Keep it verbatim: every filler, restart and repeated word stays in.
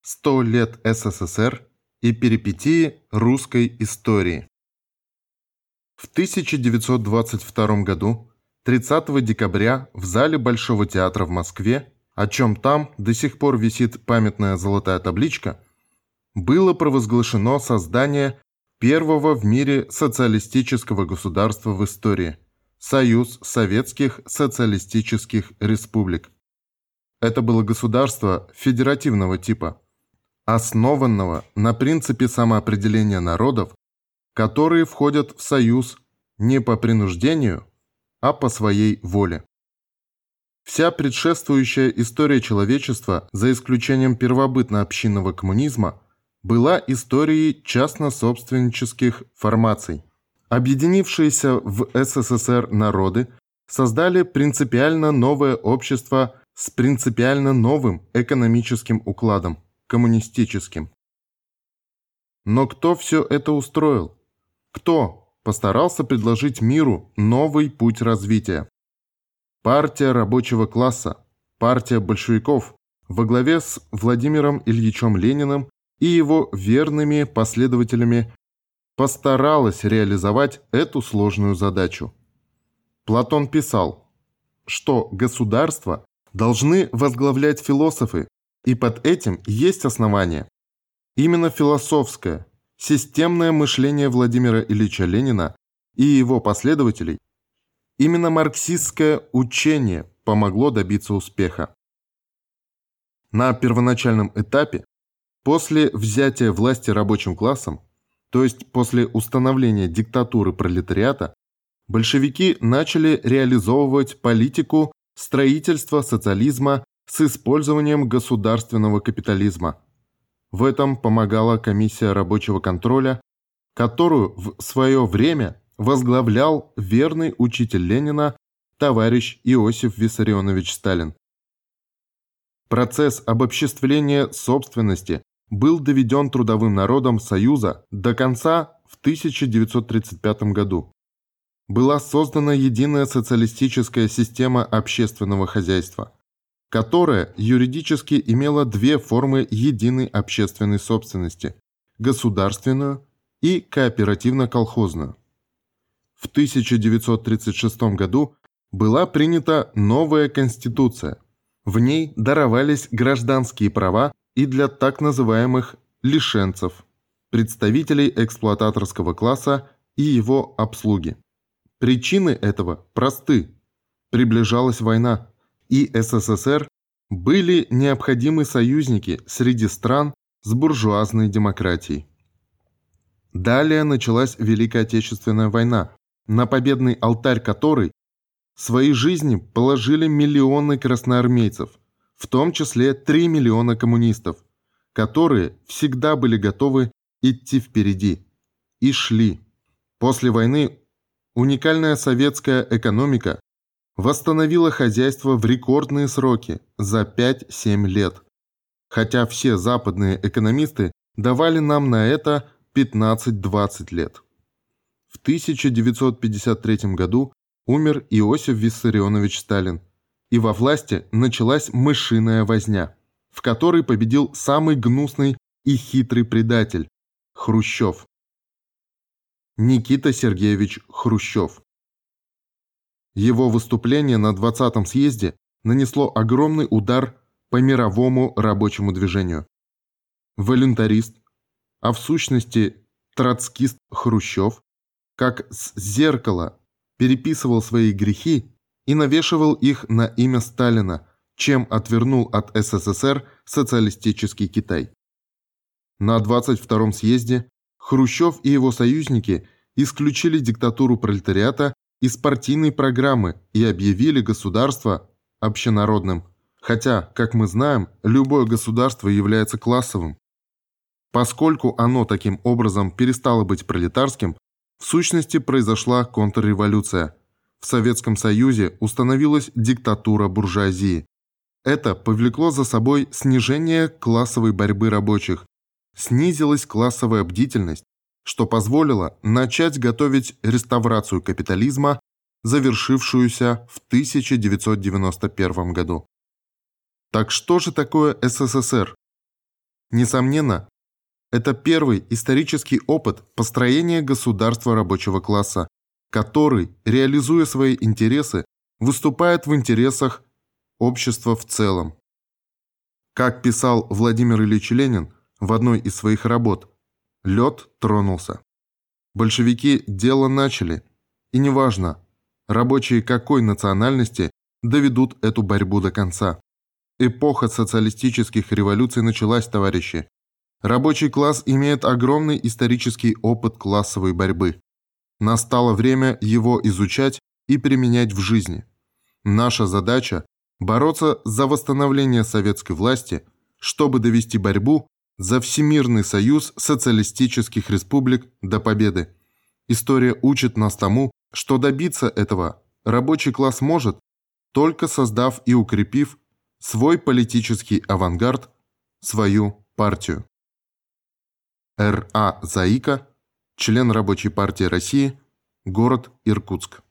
Сто лет СССР и перипетии русской истории. В тысяча девятьсот двадцать втором году, тридцатого декабря, в зале Большого театра в Москве, о чем там до сих пор висит памятная золотая табличка, было провозглашено создание первого в мире социалистического государства в истории – Союз Советских Социалистических Республик. Это было государство федеративного типа, основанного на принципе самоопределения народов, которые входят в союз не по принуждению, а по своей воле. Вся предшествующая история человечества, за исключением первобытно-общинного коммунизма, была историей частно-собственнических формаций. Объединившиеся в СССР народы создали принципиально новое общество с принципиально новым экономическим укладом – коммунистическим. Но кто все это устроил? Кто постарался предложить миру новый путь развития? Партия рабочего класса, партия большевиков во главе с Владимиром Ильичем Лениным и его верными последователями постаралась реализовать эту сложную задачу. Платон писал, что государство должны возглавлять философы, и под этим есть основание. Именно философское, системное мышление Владимира Ильича Ленина и его последователей, именно марксистское учение помогло добиться успеха. На первоначальном этапе, после взятия власти рабочим классом, то есть после установления диктатуры пролетариата, большевики начали реализовывать политику строительства социализма с использованием государственного капитализма. В этом помогала комиссия рабочего контроля, которую в свое время возглавлял верный учитель Ленина товарищ Иосиф Виссарионович Сталин. Процесс обобществления собственности был доведен трудовым народом Союза до конца в тысяча девятьсот тридцать пятом году. Была создана единая социалистическая система общественного хозяйства, которая юридически имела две формы единой общественной собственности – государственную и кооперативно-колхозную. В тысяча девятьсот тридцать шестом году была принята новая Конституция. В ней даровались гражданские права и для так называемых лишенцев, представителей эксплуататорского класса и его обслуги. Причины этого просты. Приближалась война, и СССР были необходимы союзники среди стран с буржуазной демократией. Далее началась Великая Отечественная война, на победный алтарь которой свои жизни положили миллионы красноармейцев, в том числе три миллиона коммунистов, которые всегда были готовы идти впереди. И шли. После войны уникальная советская экономика восстановила хозяйство в рекордные сроки за пять-семь лет, хотя все западные экономисты давали нам на это пятнадцать-двадцать лет. В тысяча девятьсот пятьдесят третьем году умер Иосиф Виссарионович Сталин, и во власти началась мышиная возня, в которой победил самый гнусный и хитрый предатель – Хрущев. Никита Сергеевич Хрущев. Его выступление на двадцатом съезде нанесло огромный удар по мировому рабочему движению. Волюнтарист, а в сущности троцкист Хрущев, как с зеркала переписывал свои грехи и навешивал их на имя Сталина, чем отвернул от СССР социалистический Китай. На двадцать втором съезде Хрущев и его союзники исключили диктатуру пролетариата из партийной программы и объявили государство общенародным, хотя, как мы знаем, любое государство является классовым. Поскольку оно таким образом перестало быть пролетарским, в сущности произошла контрреволюция. В Советском Союзе установилась диктатура буржуазии. Это повлекло за собой снижение классовой борьбы рабочих, снизилась классовая бдительность, что позволило начать готовить реставрацию капитализма, завершившуюся в тысяча девятьсот девяносто первом году. Так что же такое СССР? Несомненно, это первый исторический опыт построения государства рабочего класса, который, реализуя свои интересы, выступает в интересах общества в целом. Как писал Владимир Ильич Ленин в одной из своих работ, лед тронулся. Большевики дело начали, и неважно, рабочие какой национальности доведут эту борьбу до конца. Эпоха социалистических революций началась, товарищи. Рабочий класс имеет огромный исторический опыт классовой борьбы. Настало время его изучать и применять в жизни. Наша задача – бороться за восстановление советской власти, чтобы довести борьбу за Всемирный союз социалистических республик до победы. История учит нас тому, что добиться этого рабочий класс может, только создав и укрепив свой политический авангард, свою партию. Р А Заика, член Рабочей партии России, город Иркутск.